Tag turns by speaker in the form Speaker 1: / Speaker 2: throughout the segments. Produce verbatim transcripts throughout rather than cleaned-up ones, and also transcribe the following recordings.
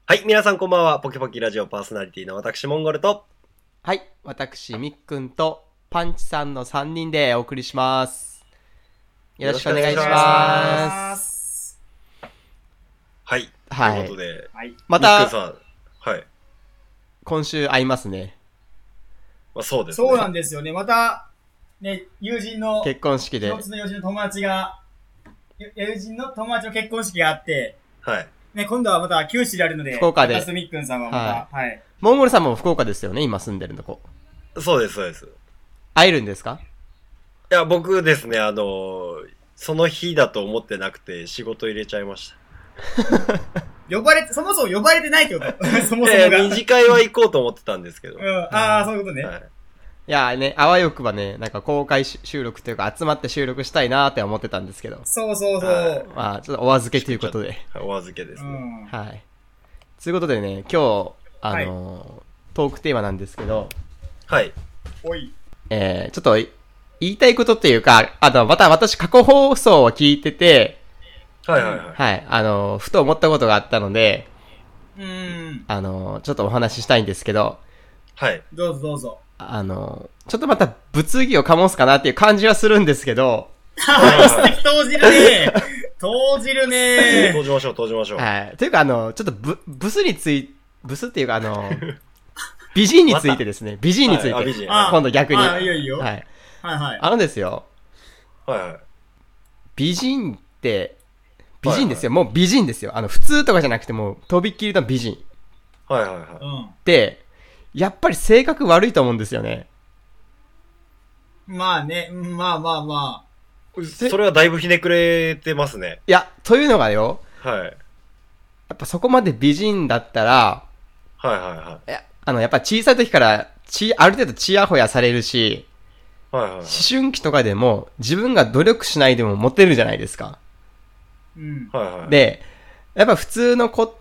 Speaker 1: はい、皆さんこんばんは。ポキポキラジオパーソナリティの私、モンゴルと、
Speaker 2: はい、私、みっくんと、パンチさんのさんにんでお送りします。よろしくお願いします。
Speaker 1: はい。
Speaker 2: はい。
Speaker 1: ということで、
Speaker 2: はい、また、はい。
Speaker 1: 今
Speaker 2: 週会いますね。
Speaker 1: まあ、そうですね。
Speaker 3: そうなんですよね。また、ね、友人の、
Speaker 2: 結婚式で。
Speaker 3: 共通の友人の友達が、友人の友達の結婚式があって、
Speaker 1: はい。
Speaker 3: ね、今度はまた九州であるので、
Speaker 2: 福岡で。
Speaker 3: みっくんさんはまた、はい。はい。
Speaker 2: モンゴルさんも福岡ですよね、今住んでるとこ。
Speaker 1: そうです、そうです。
Speaker 2: 会えるんですか？
Speaker 1: いや、僕ですね、あの、その日だと思ってなくて、仕事入れちゃいました。
Speaker 3: 呼ばれ、そもそも呼ばれてないってことそもそもが。
Speaker 1: えー、二次会は行こうと思ってたんですけど。
Speaker 3: うん、ああ、そういうことね。はい。
Speaker 2: いやね、あわよくばね、なんか公開収録というか集まって収録したいなーって思ってたんですけど。
Speaker 3: そうそうそう。
Speaker 2: まあ、ちょっとお預けということで。
Speaker 1: お預けですね。うん、
Speaker 2: はい。ということでね、今日、あのーはい、トークテーマなんですけど。
Speaker 1: はい。
Speaker 3: おい。
Speaker 2: えー、ちょっと言いたいことっていうか、あの、また私過去放送を聞いてて、
Speaker 1: はいはいはい。
Speaker 2: はい。あのー、ふと思ったことがあったので、
Speaker 3: うーん。
Speaker 2: あのー、ちょっとお話ししたいんですけど。
Speaker 1: はい。
Speaker 3: どうぞどうぞ。
Speaker 2: あの、ちょっとまた物議を醸すかなっていう感じはするんですけど。
Speaker 3: 指摘投じるね投じるね
Speaker 1: 投じましょう、投じましょう。
Speaker 2: はい。というか、あの、ちょっとブ、ブスについ、ブスっていうか、あの、美人についてですね。美人について。はい、美人。今度逆に。
Speaker 3: あ、いいよいいよ。
Speaker 2: はい。
Speaker 3: はいはい。
Speaker 2: あのですよ。
Speaker 1: はいはい。
Speaker 2: 美人って、美人ですよ。はいはい、もう美人ですよ。あの、普通とかじゃなくてもう、とびっきりの美人。
Speaker 1: はいはいはい。
Speaker 2: で、やっぱり性格悪いと思うんですよね。
Speaker 3: まあね、まあまあま
Speaker 1: あ。それはだいぶひねくれてますね。
Speaker 2: いや、というのがよ。
Speaker 1: はい。
Speaker 2: やっぱそこまで美人だったら、
Speaker 1: はいはいはい。
Speaker 2: いや、あの、やっぱ小さい時から、ち、ある程度チヤホヤされるし、
Speaker 1: はいはいはい、
Speaker 2: 思春期とかでも自分が努力しないでもモテるじゃないですか。
Speaker 3: うん。
Speaker 1: はいはい。
Speaker 2: で、やっぱ普通の子って、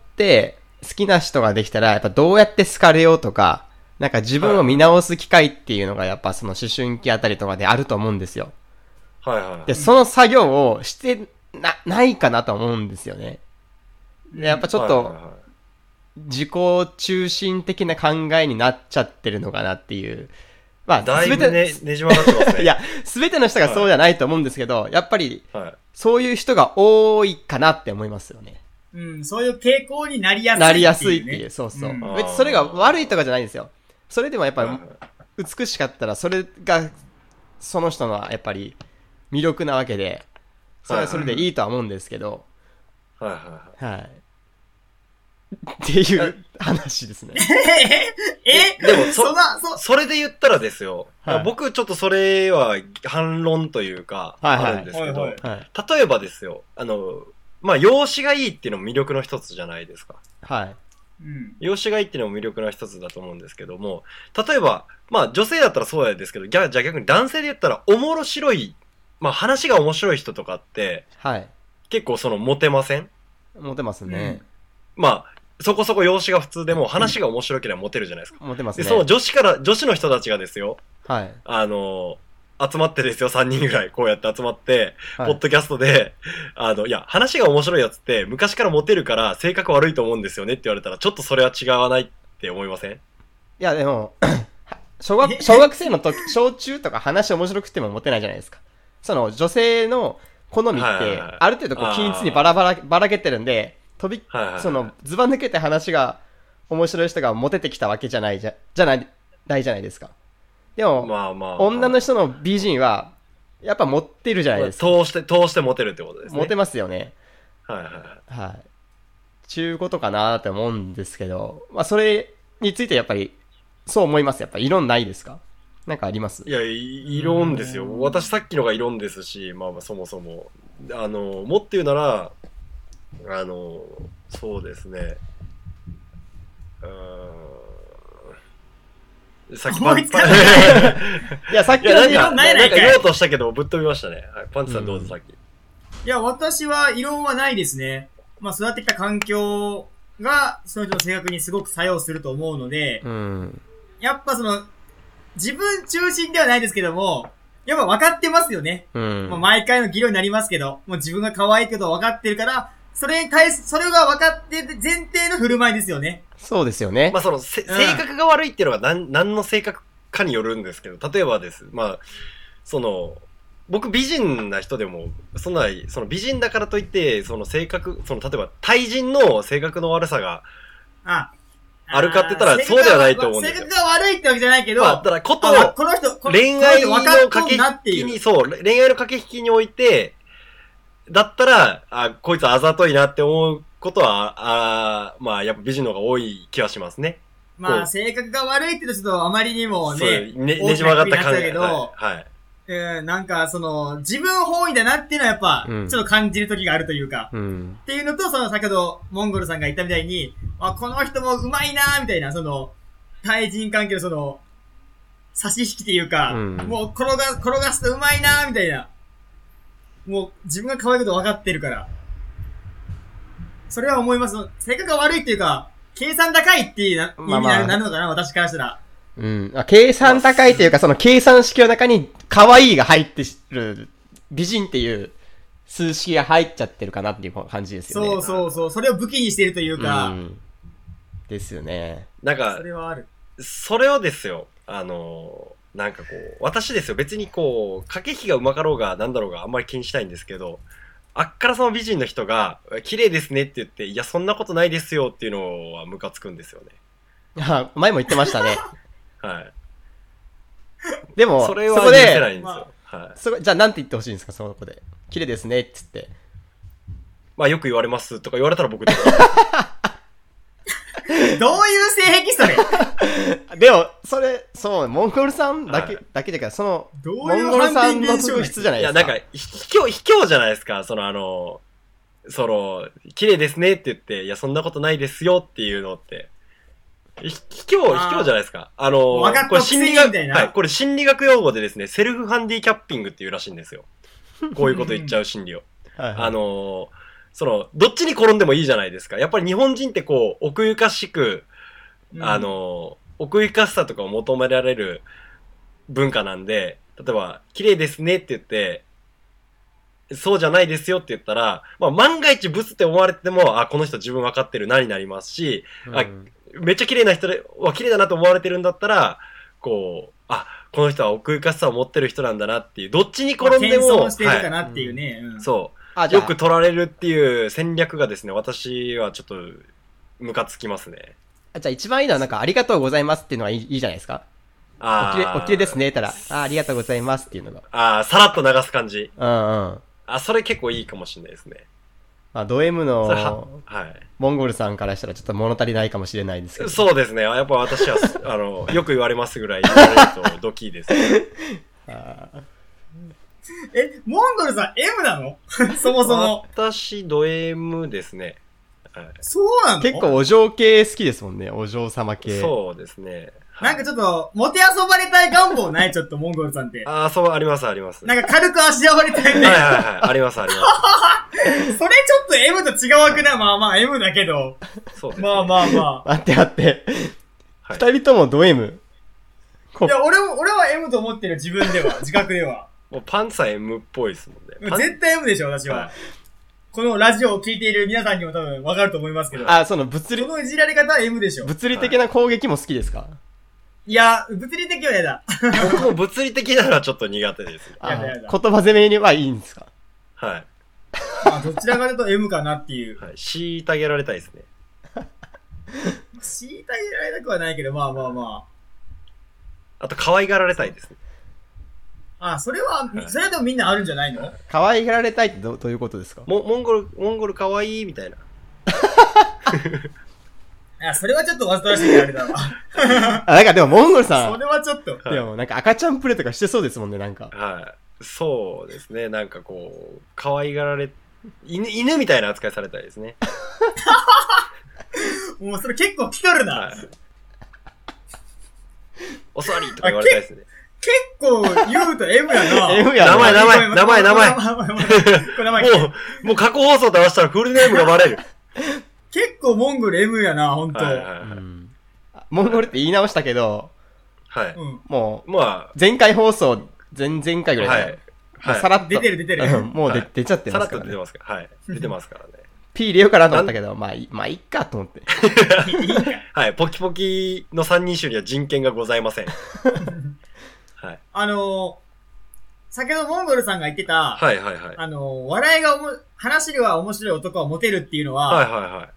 Speaker 2: 好きな人ができたら、やっぱどうやって好かれようとか、なんか自分を見直す機会っていうのがやっぱその思春期あたりとかであると思うんですよ。
Speaker 1: はいはい。
Speaker 2: で、その作業をしてな、ないかなと思うんですよね。で、やっぱちょっと、自己中心的な考えになっちゃってるのかなっていう。まあ、
Speaker 1: すべて、ね、ねじ曲がってますね。
Speaker 2: いや、すべての人がそうじゃないと思うんですけど、はい、やっぱり、
Speaker 1: はい、
Speaker 2: そういう人が多いかなって思いますよね。
Speaker 3: うん、そういう傾向になりやすいっていう、ね。
Speaker 2: なりやすいっていう、そうそう。うん、別にそれが悪いとかじゃないんですよ。それでもやっぱり、美しかったら、それが、その人のやっぱり、魅力なわけで、それはそれでいいとは思うんですけど、
Speaker 1: はいはい
Speaker 2: はい。はいっていう話ですね。
Speaker 3: え
Speaker 1: でもそ、そ、それで言ったらですよ。はい、僕ちょっとそれは反論というか、
Speaker 2: はいはい、
Speaker 1: あるんですけど、はい
Speaker 2: はい、
Speaker 1: 例えばですよ、あの、まあ、容姿がいいっていうのも魅力の一つじゃないですか。
Speaker 2: はい。
Speaker 3: うん、
Speaker 1: 容姿がいいっていうのも魅力の一つだと思うんですけども、例えば、まあ女性だったらそうなんですけど、じゃあ逆に男性で言ったら、おもろ白い、まあ話が面白い人とかって、
Speaker 2: はい。
Speaker 1: 結構そのモテません？
Speaker 2: モテますね。
Speaker 1: うん、まあ、そこそこ容姿が普通でも話が面白ければモテるじゃないですか。
Speaker 2: モテますね。
Speaker 1: で、その女子から、女子の人たちがですよ。
Speaker 2: はい。
Speaker 1: あの、集まってですよ、さんにんぐらいこうやって集まって、はい、ポッドキャストで、あの、いや、話が面白いやつって昔からモテるから性格悪いと思うんですよねって言われたら、ちょっとそれは違わないって思いません？い
Speaker 2: や、でも、小学、小学生の時、小中とか話面白くてもモテないじゃないですか。その、女性の好みって、ある程度こう、均一にバラバラ、ばらけてるんで、飛び、はいはいはい、その、ズバ抜けて話が面白い人がモテてきたわけじゃないじゃ、じゃない、ないじゃないですか。でも、
Speaker 1: まあまあ、
Speaker 2: 女の人の美人は、やっぱ持ってるじゃないですか。
Speaker 1: 通して、通してモテるってことですね。
Speaker 2: モテますよね。
Speaker 1: はいはいはい。
Speaker 2: はい。ちゅうことかなって思うんですけど、まあそれについてやっぱり、そう思います。やっぱ異論ないですか？なんかあります？
Speaker 1: いや、異論ですよ。私さっきのが異論ですし、まあまあそもそも。あの、もって言うなら、あの、そうですね。うーん。さっきパンツ、
Speaker 3: い
Speaker 2: や、さっきの
Speaker 1: なんか、なんか言おうとしたけど、ぶっ飛びましたね。はい、パンツさんどうぞ、さっき。い
Speaker 3: や、私は異論はないですね。まあ、育ってきた環境が、その人の性格にすごく作用すると思うので、
Speaker 2: うん、
Speaker 3: やっぱその、自分中心ではないですけども、やっぱ分かってますよね。
Speaker 2: うん、
Speaker 3: まあ、毎回の議論になりますけど、もう自分が可愛いけど分かってるから、 それに対す、それが分かってて前提の振る舞いですよね。
Speaker 2: そうですよね。
Speaker 1: まあその、せ、うん、性格が悪いっていうのが何、何の性格かによるんですけど、例えばです。まあ、その、僕美人な人でも、そんな、その美人だからといって、その性格、その例えば対人の性格の悪さが、あ、あるかって言ったらそうではないと思うんですよ。
Speaker 3: 性格が悪いってわけじゃないけど、
Speaker 1: まあ、ただこと、
Speaker 3: この人、
Speaker 1: 恋愛の駆け引きに、そう、恋愛の駆け引きにおいて、だったら、あ、こいつあざといなって思うことは、あまあ、やっぱ美人の方が多い気はしますね。
Speaker 3: まあ、性格が悪いって言うとちょっとあまりにもね、
Speaker 1: ね、ねじ曲がった感じ
Speaker 3: だけど、はい。はいうん、なんか、その、自分本位だなっていうのはやっぱ、ちょっと感じる時があるというか、うん、っていうのと、その、先ほど、モンゴルさんが言ったみたいに、あ、この人も上手いなーみたいな、その、対人関係のその、差し引きっていうか、うん、もう、転が、転がすと上手いなーみたいな、もう、自分が可愛いこと分かってるから、それは思います。性格が悪いっていうか、計算高いっていう意味になる、まあまあ、なるのかな、私からしたら。
Speaker 2: うん。計算高いというか、その計算式の中に可愛いが入ってる、美人っていう数式が入っちゃってるかなっていう感じですよね。
Speaker 3: そうそうそう。それを武器にしてるというか。うん、
Speaker 2: ですよね。
Speaker 1: なんか、
Speaker 3: それはある。
Speaker 1: それをですよ、あの、なんかこう、私ですよ、別にこう、駆け引きがうまかろうがなんだろうがあんまり気にしたいんですけど、あっからその美人の人が、綺麗ですねって言って、いや、そんなことないですよっていうのはムカつくんですよね。
Speaker 2: あ、前も言ってましたね。
Speaker 1: はい。
Speaker 2: でも、
Speaker 1: それは許せないんですよ。まあ、はい。
Speaker 2: そこ、じゃあなんて言ってほしいんですか、その子で。綺麗ですね、っつって。
Speaker 1: まあよく言われますとか言われたら僕で。
Speaker 3: どういう性癖それ
Speaker 2: でも、それ、そう、モンゴルさんだけ、はい、だけだから、その、
Speaker 3: どういう
Speaker 2: モンゴルさんの特質じゃないですか。
Speaker 1: いや、なんか、卑怯、卑怯じゃないですか、そのあの、その、綺麗ですねって言って、いや、そんなことないですよっていうのって。ひ、卑怯、卑怯じゃないですか。あの、これ心理学、はい、これ心理学用語でですね、セルフハンディキャッピングっていうらしいんですよ。こういうこと言っちゃう心理を。はいはい、あの、その、どっちに転んでもいいじゃないですか。やっぱり日本人ってこう、奥ゆかしく、うん、あの、奥ゆかしさとかを求められる文化なんで、例えば、綺麗ですねって言って、そうじゃないですよって言ったら、まあ万が一ブスって思われても、あ、この人自分分かってるなになりますし、うん、あめっちゃ綺麗な人で、わ、綺麗だなと思われてるんだったら、こう、あ、この人は奥ゆかしさを持ってる人なんだなっていう、どっちに転んでも、
Speaker 3: 謙遜してるかなっていうね。はいうん、
Speaker 1: そう。よく取られるっていう戦略がですね、私はちょっと、ムカつきますね。
Speaker 2: あじゃあ一番いいのはなんか、ありがとうございますっていうのはいい、いいじゃないですか。あおきれ、おきれですね、たら、あ、ありがとうございますっていうのが。
Speaker 1: ああ、さらっと流す感じ。
Speaker 2: うんうん。
Speaker 1: あ、それ結構いいかもしれないですね。
Speaker 2: まあ、ド M の、
Speaker 1: は、はい。
Speaker 2: モンゴルさんからしたらちょっと物足りないかもしれないですけど。
Speaker 1: そうですね。やっぱ私は、あの、よく言われますぐらい言われるとドキですね。あ
Speaker 3: え、モンゴルさん M なのそもそも。
Speaker 1: 私、ド M ですね。
Speaker 3: はい、そうなの
Speaker 2: 結構お嬢系好きですもんね。お嬢様系。
Speaker 1: そうですね。
Speaker 3: なんかちょっと、もてあそばれたい願望ないちょっと、モンゴルさんって。
Speaker 1: ああ、そう、あります、あります。
Speaker 3: なんか軽く足合われたいみたいな。
Speaker 1: はいはいはい、あります、あります。
Speaker 3: それちょっと M と違うわけな。まあまあ M だけど。
Speaker 1: そうですね。
Speaker 3: まあまあまあ。
Speaker 2: 待って待って。二、はい、人ともド M。
Speaker 3: いや、俺も、俺は M と思ってる自分では、自覚では。
Speaker 1: もうパンツは M っぽいですもんね。
Speaker 3: 絶対 M でしょ、私は。はい、このラジオを聞いている皆さんにも多分わかると思いますけど。
Speaker 2: あ、その物理。
Speaker 3: そのいじられ方は M でしょ。
Speaker 2: 物理的な攻撃も好きですか、はい
Speaker 3: いや、物理的は嫌だ。
Speaker 1: 僕も物理的ならちょっと苦手です。
Speaker 2: あやだやだ言葉攻めにはいいんですか
Speaker 1: はい。
Speaker 3: まあ、どちらかというと M かなっていう。
Speaker 1: はい。虐げられたいですね。
Speaker 3: 虐げられたくはないけど、まあまあま
Speaker 1: あ。あと、可愛がられたいですね。
Speaker 3: あ、それは、はい、それはでもみんなあるんじゃないの
Speaker 2: 可愛がられたいってどどういうことですか
Speaker 1: モモンゴル、モンゴル可愛いみたいな。
Speaker 3: いや、それはちょっとわざとらしいからあれだわ。
Speaker 2: あ、なんかでもモンゴルさん。
Speaker 3: それはちょっと。
Speaker 2: でもなんか赤ちゃんプレイとかしてそうですもんね、なんか。
Speaker 1: はい。そうですね。なんかこう、可愛がられ、犬、犬みたいな扱いされたいですね。
Speaker 3: もうそれ結構来とるな。はい、
Speaker 1: お座りとか言われたいですね。
Speaker 3: 結構言うと M やな。
Speaker 2: M やな。
Speaker 1: 名前、名前、名前、名前。もう、もう過去放送で合わせたらフルネームがバレる。
Speaker 3: 結構モンゴル M やな、ほんと。
Speaker 2: はいはいはいうん、モンゴルって言い直したけど、
Speaker 1: はい。
Speaker 2: もう、
Speaker 1: まあ、
Speaker 2: 前回放送、前々回ぐらいで、
Speaker 1: はい。はい、
Speaker 2: さらっと。
Speaker 3: 出てる出てる。
Speaker 2: もう出、はい、出ちゃってますから、ね。
Speaker 1: さらっと出てますから。はい。出てますからね。
Speaker 2: P 入れようかなと思ったけど、まあいい、まあいいかと思って。
Speaker 1: はい、ポキポキの三人衆には人権がございません。はい。
Speaker 3: あのー、先ほどモンゴルさんが言ってた、
Speaker 1: はいはいはい。
Speaker 3: あのー、笑いがおも、話では面白い男はモテるっていうのは、
Speaker 1: はいはいはい。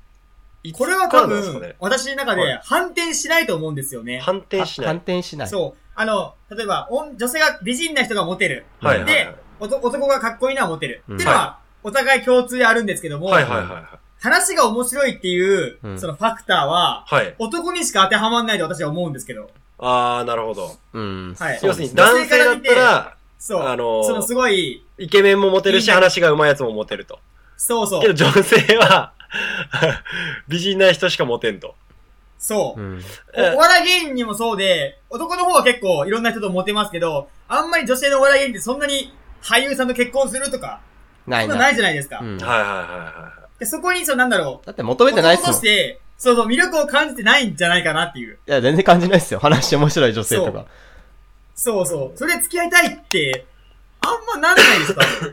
Speaker 3: これは多分、ね、私の中で反転しないと思うんですよね。
Speaker 1: 反転しない。
Speaker 2: 反転しない。
Speaker 3: そう。あの、例えば、女性が美人な人がモテる。
Speaker 1: はいはいはい、
Speaker 3: で、男がかっこいいのはモテる。うん、っていうのは、お互い共通であるんですけども、
Speaker 1: はいはいはいはい。
Speaker 3: 話が面白いっていう、うん、そのファクターは、
Speaker 1: はい、
Speaker 3: 男にしか当てはまんないと私は思うんですけど。
Speaker 1: あー、なるほど。
Speaker 2: うん。
Speaker 3: はい。
Speaker 1: 要するに男性だったら、
Speaker 3: そう。
Speaker 1: あのー、
Speaker 3: そのすごい、
Speaker 1: イケメンもモテるし、話が上手いやつもモテると。
Speaker 3: そうそう。
Speaker 1: けど女性は、美人な人しかモテんと。
Speaker 3: そう。うん、お, お笑い芸人にもそうで、男の方は結構いろんな人とモテますけど、あんまり女性のお笑い芸人ってそんなに俳優さんと結婚するとか、
Speaker 2: ないな。
Speaker 3: そんなないじゃないですか。
Speaker 1: うん、はいはいはいはい。
Speaker 3: でそこに、そうなんだろう。
Speaker 2: だって求めてないっすもん。
Speaker 3: 男として、そうそう、魅力を感じてないんじゃないかなっていう。
Speaker 2: いや、全然感じないっすよ。話面白い女性とか。
Speaker 3: そうそうそう。それで付き合いたいって、あんまなんないですか
Speaker 2: うん。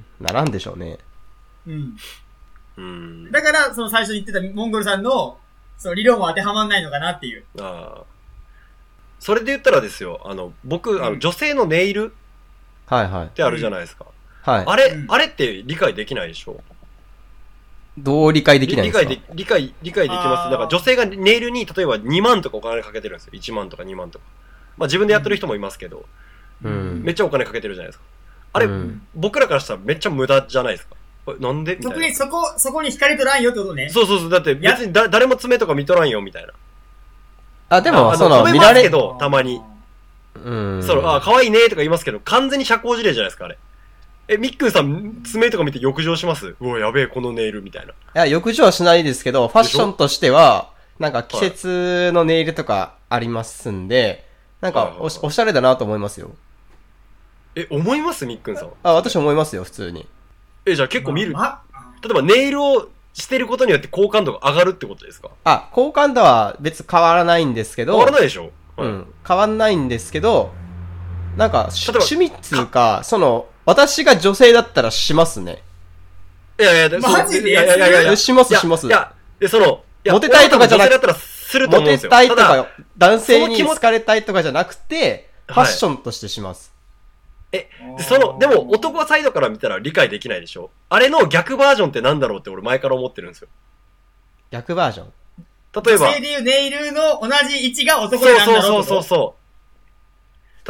Speaker 2: ならんでしょうね。
Speaker 3: うん。
Speaker 1: うん。
Speaker 3: だから、その最初に言ってたモンゴルさんの、その理論は当てはまんないのかなっていう。
Speaker 1: ああ。それで言ったらですよ、あの、僕、うん、あの、女性のネイル
Speaker 2: はいはい。
Speaker 1: ってあるじゃないですか。
Speaker 2: うん、はい。
Speaker 1: あれ、うん、あれって理解できないでしょ？
Speaker 2: どう理解できないんですか？
Speaker 1: 理解で、理解、理解できます。だから女性がネイルに例えばにまんとかお金かけてるんですよ。いちまんとかにまんとか。まあ自分でやってる人もいますけど、
Speaker 2: うん、
Speaker 1: めっちゃお金かけてるじゃないですか。あれ、うん、僕らからしたらめっちゃ無駄じゃないですか。なんでみたいな。
Speaker 3: 特にそこ、そこに光とらんよってことね。
Speaker 1: そうそうそう。だって別にだ誰も爪とか見とらんよみたいな。
Speaker 2: あ、でも、
Speaker 1: あ
Speaker 2: その、
Speaker 1: 見られるけど、たまに。
Speaker 2: うん。
Speaker 1: そう、あ、可愛いねとか言いますけど、完全に社交辞令じゃないですか、あれ。え、みっくんさん、爪とか見て浴場します？うわ、やべえ、このネイルみたいな。い
Speaker 2: や、浴場はしないですけど、ファッションとしては、なんか季節のネイルとかありますんで、なんかおし、おしゃれだなと思いますよ。
Speaker 1: え、思いますみっくんさん。
Speaker 2: あ、私思いますよ、普通に。
Speaker 1: え、じゃあ結構見る、まま、例えばネイルをしてることによって好感度が上がるってことですか？
Speaker 2: あ、好感度は別変わらないんですけど。
Speaker 1: 変わらないでしょ？
Speaker 2: はい、うん。変わらないんですけど、なんか、趣味っつうか、その、私が女性だったらしますね。
Speaker 1: いやいや、
Speaker 3: マジで？
Speaker 1: いやいやいやいや、
Speaker 2: しますします。
Speaker 1: いや、で、その、
Speaker 2: モテたいとかじゃなくて、
Speaker 1: モ
Speaker 2: テたいとか、男性に好かれたいとかじゃなくて、ファッションとしてします。
Speaker 1: はい、え、その、でも男サイドから見たら理解できないでしょ？あれの逆バージョンってなんだろうって俺前から思ってるんですよ。
Speaker 2: 逆バージョン？
Speaker 1: 例えば。
Speaker 3: 女性でいうネイルの同じ位置が男でなんだろうってこと？
Speaker 1: そうそうそうそう。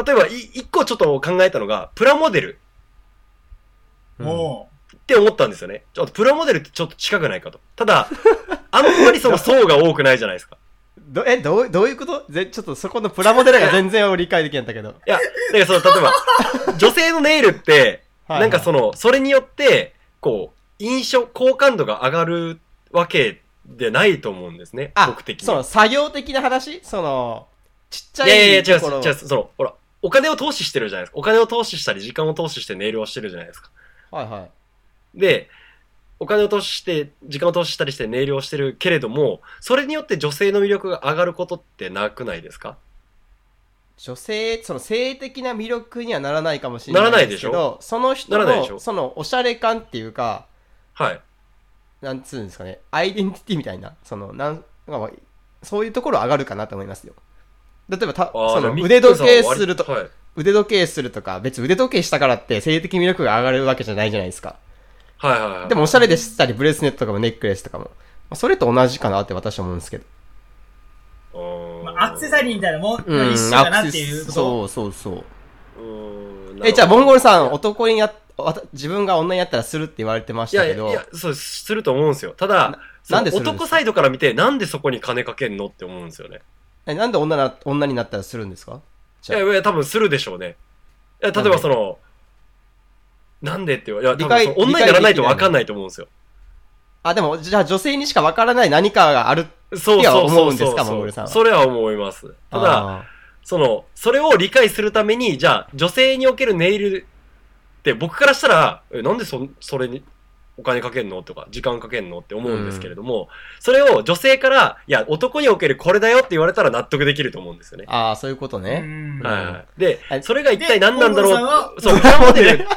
Speaker 1: 例えば、い、一個ちょっと考えたのが、プラモデル。
Speaker 3: うん、
Speaker 1: って思ったんですよね。ちょっとプラモデルってちょっと近くないかと。ただ、あんまりその層が多くないじゃないですか。
Speaker 2: ど、え、どう、どういうことぜ、ちょっとそこのプラモデルが全然理解できないんだけど。
Speaker 1: いや、だからその、例えば、女性のネイルって、なんかその、それによって、こう、印象、好感度が上がるわけでないと思うんですね。僕的に。
Speaker 2: その、作業的な話その、ちっちゃい。
Speaker 1: いやいやいや、違う、違う、その、ほら、お金を投資してるじゃないですか。お金を投資したり、時間を投資してネイルをしてるじゃないですか。
Speaker 2: はいはい。
Speaker 1: で、お金を投資して、時間を投資したりしてネイルをしてるけれども、それによって女性の魅力が上がることってなくないですか？
Speaker 2: 女性、その性的な魅力にはならないかもしれないですけど、
Speaker 1: ならないでしょ？
Speaker 2: その人の、そのおしゃれ感っていうか、
Speaker 1: はい。
Speaker 2: なんつうんですかね、アイデンティティみたいな、その、なん、そういうところ上がるかなと思いますよ。例えばた、その腕時計すると、はい、腕時計するとか、別に腕時計したからって性的魅力が上がるわけじゃないじゃないですか。
Speaker 1: はいはいはい。
Speaker 2: でもおしゃれでしたり、ブレスネットとかもネックレスとかも、まあ、それと同じかなって私は思うんですけど。
Speaker 3: まあ、アクセサリーみたいなもんの一緒かなっていうこと。
Speaker 2: そうそうそう。うえ、じゃあ、モンゴルさん、男にや、自分が女にやったらするって言われてましたけど。
Speaker 1: いやいや、そう、すると思うんですよ。ただ、なんで男サイドから見て、なんでそこに金かけんのって思うんですよね。
Speaker 2: なんで女な、女になったらするんですか？
Speaker 1: いやいや、多分するでしょうね。いや、例えばその、なんでって言われ、いや、多分その女にならないと分かんないと思うんですよ。
Speaker 2: あ、でも、じゃあ女性にしか分からない何かがあるっては思うんですか、モンゴルさんは。
Speaker 1: それは思います。ただ、その、それを理解するために、じゃあ、女性におけるネイルって僕からしたら、え、なんでそ、それにお金かけんのとか、時間かけんのって思うんですけれども、うん、それを女性から、いや、男におけるこれだよって言われたら納得できると思うんですよね。
Speaker 2: ああ、そういうことね。
Speaker 1: はい。で、それが一体何なんだろう。そう、プラモデル、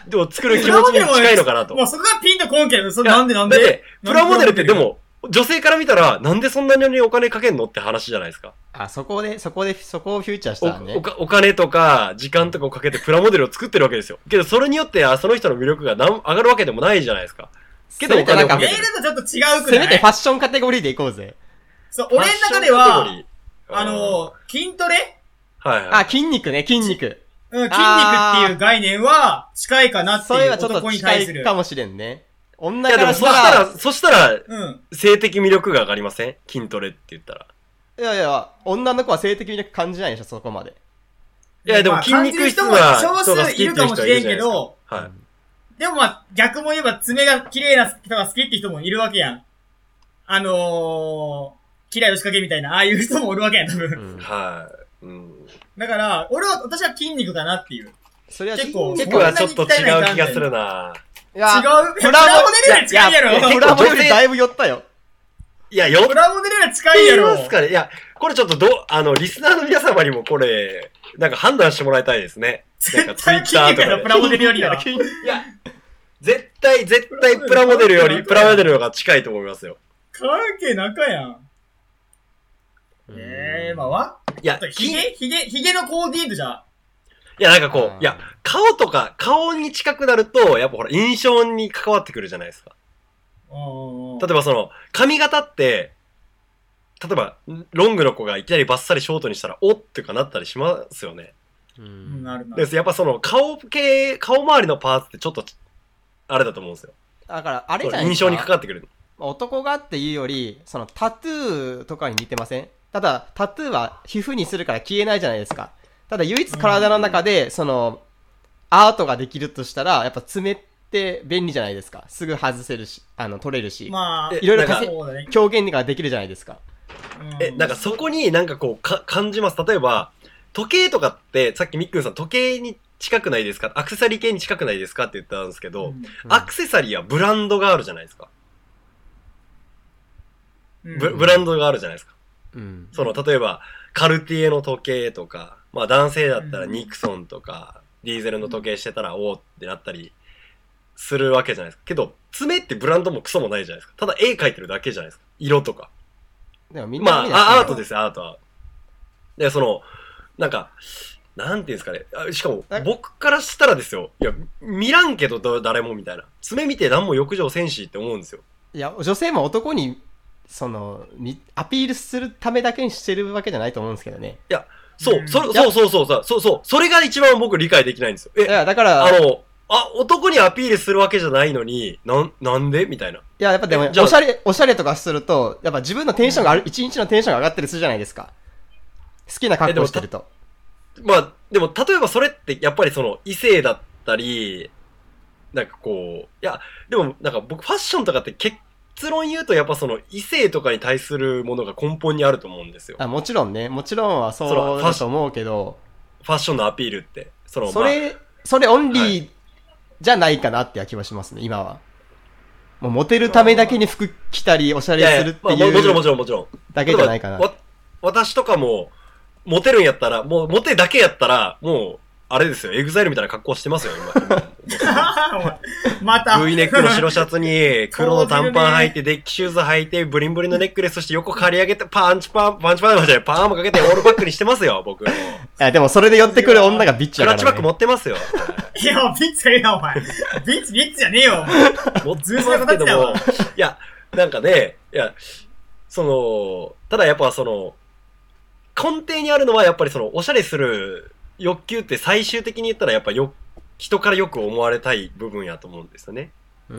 Speaker 1: でも作る気持ちに近いのかなと。
Speaker 3: もうそこがピンとこんけど、それなんでなんで
Speaker 1: だって、プラモデルってでも、女性から見たら、なんでそんなにお金かけんのって話じゃないですか。
Speaker 2: あ、そこで、そこで、そこをフューチャーしたらね。
Speaker 1: お、お、お金とか、時間とかをかけてプラモデルを作ってるわけですよ。けど、それによって、その人の魅力が上がるわけでもないじゃないですか。けど、お金をかけてる。
Speaker 3: メールとちょっと違うくない？
Speaker 2: せめてファッションカテゴリーでいこうぜ。
Speaker 3: そう、俺の中では、あの、筋トレ？
Speaker 1: はいはい。
Speaker 2: あ、筋肉ね、筋肉。
Speaker 3: うん、筋肉っていう概念は近いかなっていう男に対する。
Speaker 2: それはちょっと近いかもしれんね。女
Speaker 1: からしたら。いやでもそしたら、そしたら、
Speaker 3: うん、
Speaker 1: 性的魅力が上がりません？筋トレって言ったら。
Speaker 2: いやいや、女の子は性的魅力感じないでしょ、そこまで。
Speaker 1: いやでも筋肉質な人が好きっていう人はいるじゃないですか。はい。
Speaker 3: でもまあ、逆も言えば爪が綺麗な人が好きって人もいるわけやん。あのー、嫌いの仕掛けみたいな、ああいう人もおるわけやん、多分。
Speaker 1: うん、はい。うん。
Speaker 3: だから、俺は、私は筋肉かなっていう。
Speaker 2: それは
Speaker 1: 結構、結構はちょっと違う気がするな。
Speaker 3: いや、違う。プラモデルより近いやろ。
Speaker 2: プラモデルよりだいぶ寄ったよ。
Speaker 1: いや、よ。
Speaker 3: プラモデルより近いやろ。
Speaker 1: ますかね。いや、これちょっとど、あの、リスナーの皆様にもこれ、なんか判断してもらいたいですね。なんかツイッターとかで。
Speaker 3: プラモデルよりは。
Speaker 1: いや、絶対、絶対プラモデルより、プラモデルの方が近いと思いますよ。
Speaker 3: 関係なかやん。ええー、まあ、わ
Speaker 1: いや、
Speaker 3: ひげひげ、ひげのコーディネートじゃ。
Speaker 1: いや、なんかこう、いや、顔とか、顔に近くなると、やっぱほら、印象に関わってくるじゃないですか。例えばその、髪型って、例えば、ロングの子がいきなりバッサリショートにしたら、おってかなったりしますよね。
Speaker 3: うん、なるな
Speaker 1: る。です。やっぱその、顔系、顔周りのパーツってちょっと、あれだと思うんですよ。
Speaker 2: だから、あれじゃないですか。
Speaker 1: 印象に関わってくる。
Speaker 2: 男がっていうより、その、タトゥーとかに似てません？ただ、タトゥーは皮膚にするから消えないじゃないですか。ただ、唯一体の中で、その、アートができるとしたら、やっぱ爪って便利じゃないですか。すぐ外せるし、あの、取れるし。
Speaker 3: まあ、
Speaker 2: いろいろ表現ができるじゃないですか。
Speaker 1: え、なんかそこになんかこう、か、感じます。例えば、時計とかって、さっきみっくんさん、時計に近くないですか？アクセサリー系に近くないですかって言ったんですけど、うん、アクセサリーはブランドがあるじゃないですか。うん、ブ, ブランドがあるじゃないですか。うん、その、例えば、カルティエの時計とか、まあ男性だったらニクソンとか、うん、ディーゼルの時計してたら、おーってなったりするわけじゃないですか。けど、爪ってブランドもクソもないじゃないですか。ただ絵描いてるだけじゃないですか。色とか。
Speaker 2: でもみんな
Speaker 1: まあ、アートですよ、アートは。で、その、なんか、なんていうんですかね。しかも、僕からしたらですよ。いや、見らんけど誰もみたいな。爪見て何も欲情せんしって思うんですよ。
Speaker 2: いや、女性も男に、その、アピールするためだけにしてるわけじゃないと思うんですけどね。
Speaker 1: いや、そう、そ、そうそうそうそう、そうそう、それが一番僕理解できないんですよ。え、い
Speaker 2: や、だから、
Speaker 1: あの、あ、男にアピールするわけじゃないのに、なん、なんでみたいな。い
Speaker 2: や、やっぱでも、おしゃれ、おしゃれとかすると、やっぱ自分のテンションがある、一日のテンションが上がったりするじゃないですか。好きな格好してると。
Speaker 1: まあ、でも、例えばそれって、やっぱりその、異性だったり、なんかこう、いや、でも、なんか僕ファッションとかって結論言うと、やっぱその、異性とかに対するものが根本にあると思うんですよ。
Speaker 2: あ、もちろんね。もちろんはそうだと思うけど。
Speaker 1: ファッションのアピールって。その、
Speaker 2: それ、まあ、それオンリーじゃないかなって気はしますね、今は。もうモテるためだけに服着たり、おしゃれするっていう。いやいや、まあ、
Speaker 1: もちろんもちろんもちろん。
Speaker 2: だけじゃないかな。
Speaker 1: わ、私とかも、モテるんやったら、もうモテだけやったら、もう、あれですよ、エグザイルみたいな格好してますよ、今。
Speaker 3: また。
Speaker 1: V ネックの白シャツに、黒の短パン履いて、デッキシューズ履いて、ブリンブリンのネックレスして横刈り上げて、パンチパン、パンチパンじゃない、パーンもかけてオールバックにしてますよ、僕。い
Speaker 2: や、でもそれで寄ってくる女がビッチだから、ね。
Speaker 1: クラッチバック持ってますよ。
Speaker 3: いや、ビッチやな、お前。ビッチ、ビッチじゃねえよ、お前。
Speaker 1: 持ってますけども、いや、なんかね、いや、その、ただやっぱその、根底にあるのはやっぱりその、おしゃれする欲求って最終的に言ったらやっぱよ、人からよく思われたい部分やと思うんですよね。
Speaker 2: うん、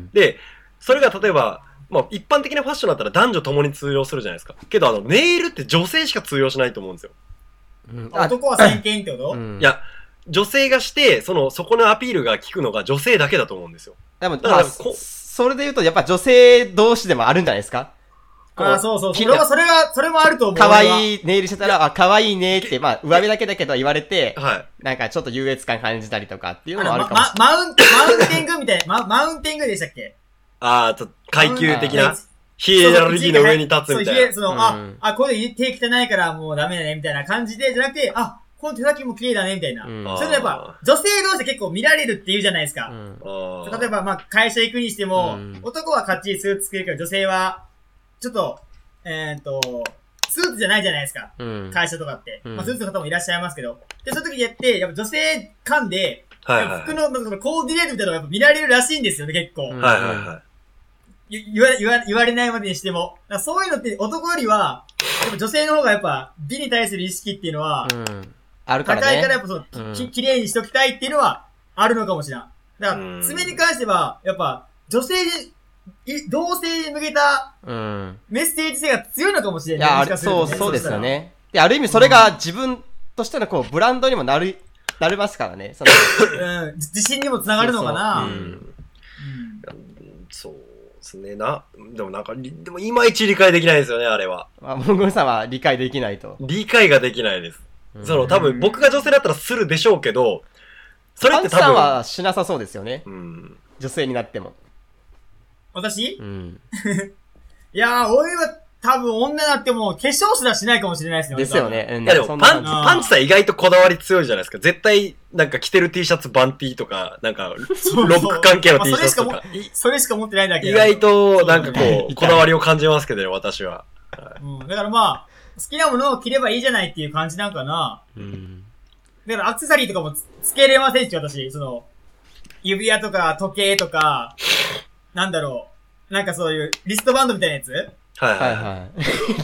Speaker 1: で、それが例えば、まあ一般的なファッションだったら男女共に通用するじゃないですか。けどあの、ネイルって女性しか通用しないと思うんですよ。
Speaker 3: うん、男は先見ってこと、
Speaker 1: うん、いや、女性がして、その、そこのアピールが効くのが女性だけだと思うんですよ。
Speaker 2: でも、だから、それで言うとやっぱ女性同士でもあるんじゃないですか。
Speaker 3: ああ、そうそう。それは、それが、それもあると思う。
Speaker 2: 可愛いネイルしてたら、あ、可愛いねって、まあ、上辺だけだけど言われて、
Speaker 1: はい。
Speaker 2: なんかちょっと優越感感じたりとかっていうのもあるかもしれ
Speaker 3: ない。ま、マウント、マウンティングみたいな、ママウンティングでしたっけ？
Speaker 1: ああ、階級的な。ヒエラルキーの上に立つみたいな。
Speaker 3: そう、その、あ、あ、これ手汚いからもうダメだね、みたいな感じで、じゃなくて、あ、 この手先も綺麗だね、みたいな。うん、それでやっぱ、女性同士で結構見られるって言うじゃないですか。うん、例えば、まあ、会社行くにしても、うん、男はかっちりスーツ着けるけど、女性は、ちょっと、えー、っと、スーツじゃないじゃないですか。うん、会社とかって。うん、まあ、スーツの方もいらっしゃいますけど。で、その時にやって、やっぱ女性間で、はいはいはい、服のコーディネートみたいなのがやっぱ見られるらしいんですよね、結構。はいはいはい。言わ、言わ、言われないまでにしても。そういうのって男よりは、やっぱ女性の方がやっぱ美に対する意識っていうのは、うん、あるからね。高いからやっぱその、うん、き、きれいにしときたいっていうのはあるのかもしれん。だから、爪に関しては、やっぱ女性で、同性に向けた、メッセージ性が強いのかもしれない。いや、あれ、そう、そうですよね。で、ある意味それが自分としてのこう、ブランドにもなる、なりますからね。そのうん、自信にもつながるのかな。そうそう、うんうん、
Speaker 1: そうですね。な、でもなんか、でもいまいち理解できないですよね、あれは。
Speaker 2: あ、モンゴルさんは理解できないと。
Speaker 1: 理解ができないです。うん、その、多分僕が女性だったらするでしょうけど、
Speaker 2: それって多分。パンチさんはしなさそうですよね。うん、女性になっても。
Speaker 3: 私うん。いやー、俺は、多分女になっても化粧すらしないかもしれないですよね。
Speaker 2: ですよね。
Speaker 1: うん、いやでもパンチ、パンチさん意外とこだわり強いじゃないですか。絶対、なんか着てる T シャツバン T とか、なんか、ロック関係の T シャツとか。まあ、それしかも、
Speaker 3: それしか持ってないんだけど。
Speaker 1: 意外と、なんかこう、こだわりを感じますけどね、私は。
Speaker 3: はい、うん。だからまあ、好きなものを着ればいいじゃないっていう感じなんかな。うん。だからアクセサリーとかも つ, つけれませんし、私。その、指輪とか時計とか、なんだろう。なんかそういうリストバンドみたいなやつ
Speaker 2: はいはいはい。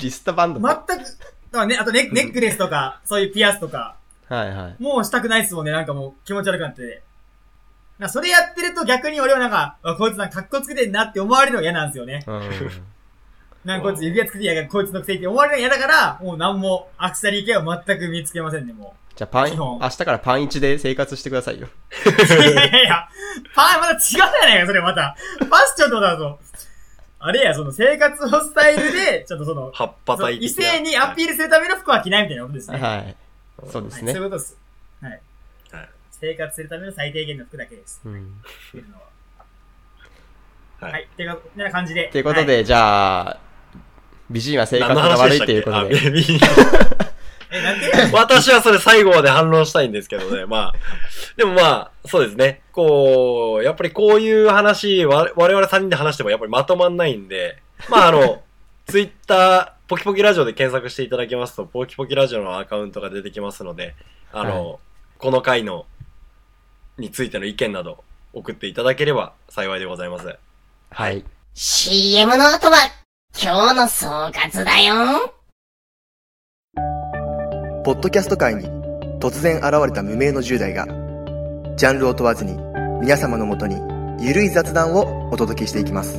Speaker 2: リストバンド
Speaker 3: 全く、だからね、あとネネックレスとか、そういうピアスとか。はいはい。もうしたくないっすもんね、なんかもう気持ち悪くなって。なそれやってると逆に俺はなんか、こいつなんか格好つけてんなって思われるのが嫌なんですよね。うん。なんかこいつ指輪つけてやがるこいつのくせって思われるのが嫌だから、もうなんもアクセサリー系は全く見つけませんね、もう。
Speaker 2: じゃあパン、明日からパンいちで生活してくださいよ。
Speaker 3: いやいやいや、パンまた違うじゃないか、それまた。ファッションとだぞ。あれや、その生活のスタイルで、ちょっとその、
Speaker 1: 葉っぱたいて
Speaker 3: 異性にアピールするための服は着ないみたいなことですね。
Speaker 2: はい。そうですね。
Speaker 3: はい、そういうことです。はい。はい、生活するための最低限の服だけです。うん。っていうのは。はい。っていうこんな感じで。
Speaker 2: ということで、はい、じゃあ、美人は生活が悪いっていうことで。
Speaker 1: え、なんで私はそれ最後まで反論したいんですけどね。まあ、でもまあ、そうですね。こう、やっぱりこういう話、我々さんにんで話してもやっぱりまとまんないんで、まああの、ツイッター、ポキポキラジオで検索していただきますと、ポキポキラジオのアカウントが出てきますので、あの、はい、この回の、についての意見など送っていただければ幸いでございます。
Speaker 2: はい。
Speaker 4: シーエム の後は、今日の総括だよ。
Speaker 5: ポッドキャスト界に突然現れた無名のじゅう代がジャンルを問わずに皆様のもとにゆるい雑談をお届けしていきます。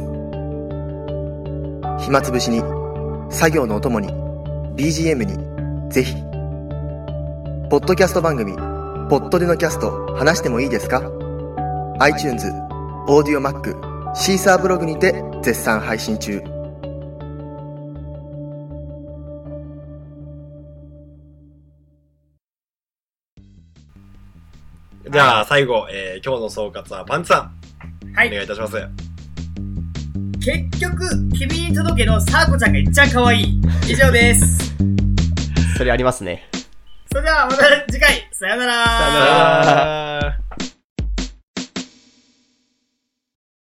Speaker 5: 暇つぶしに作業のお供に ビージーエム にぜひポッドキャスト番組ポッドでのキャスト話してもいいですか？ iTunes、オーディオマック、シーサーブログにて絶賛配信中。
Speaker 1: じゃあ最後、えー、今日の総括はパンチさん、はい、お願いいたします。
Speaker 3: 結局君に届けのサーコちゃんが一番可愛い。以上です。
Speaker 2: それありますね。
Speaker 3: それではまた次回、さよなら。
Speaker 1: さよなら。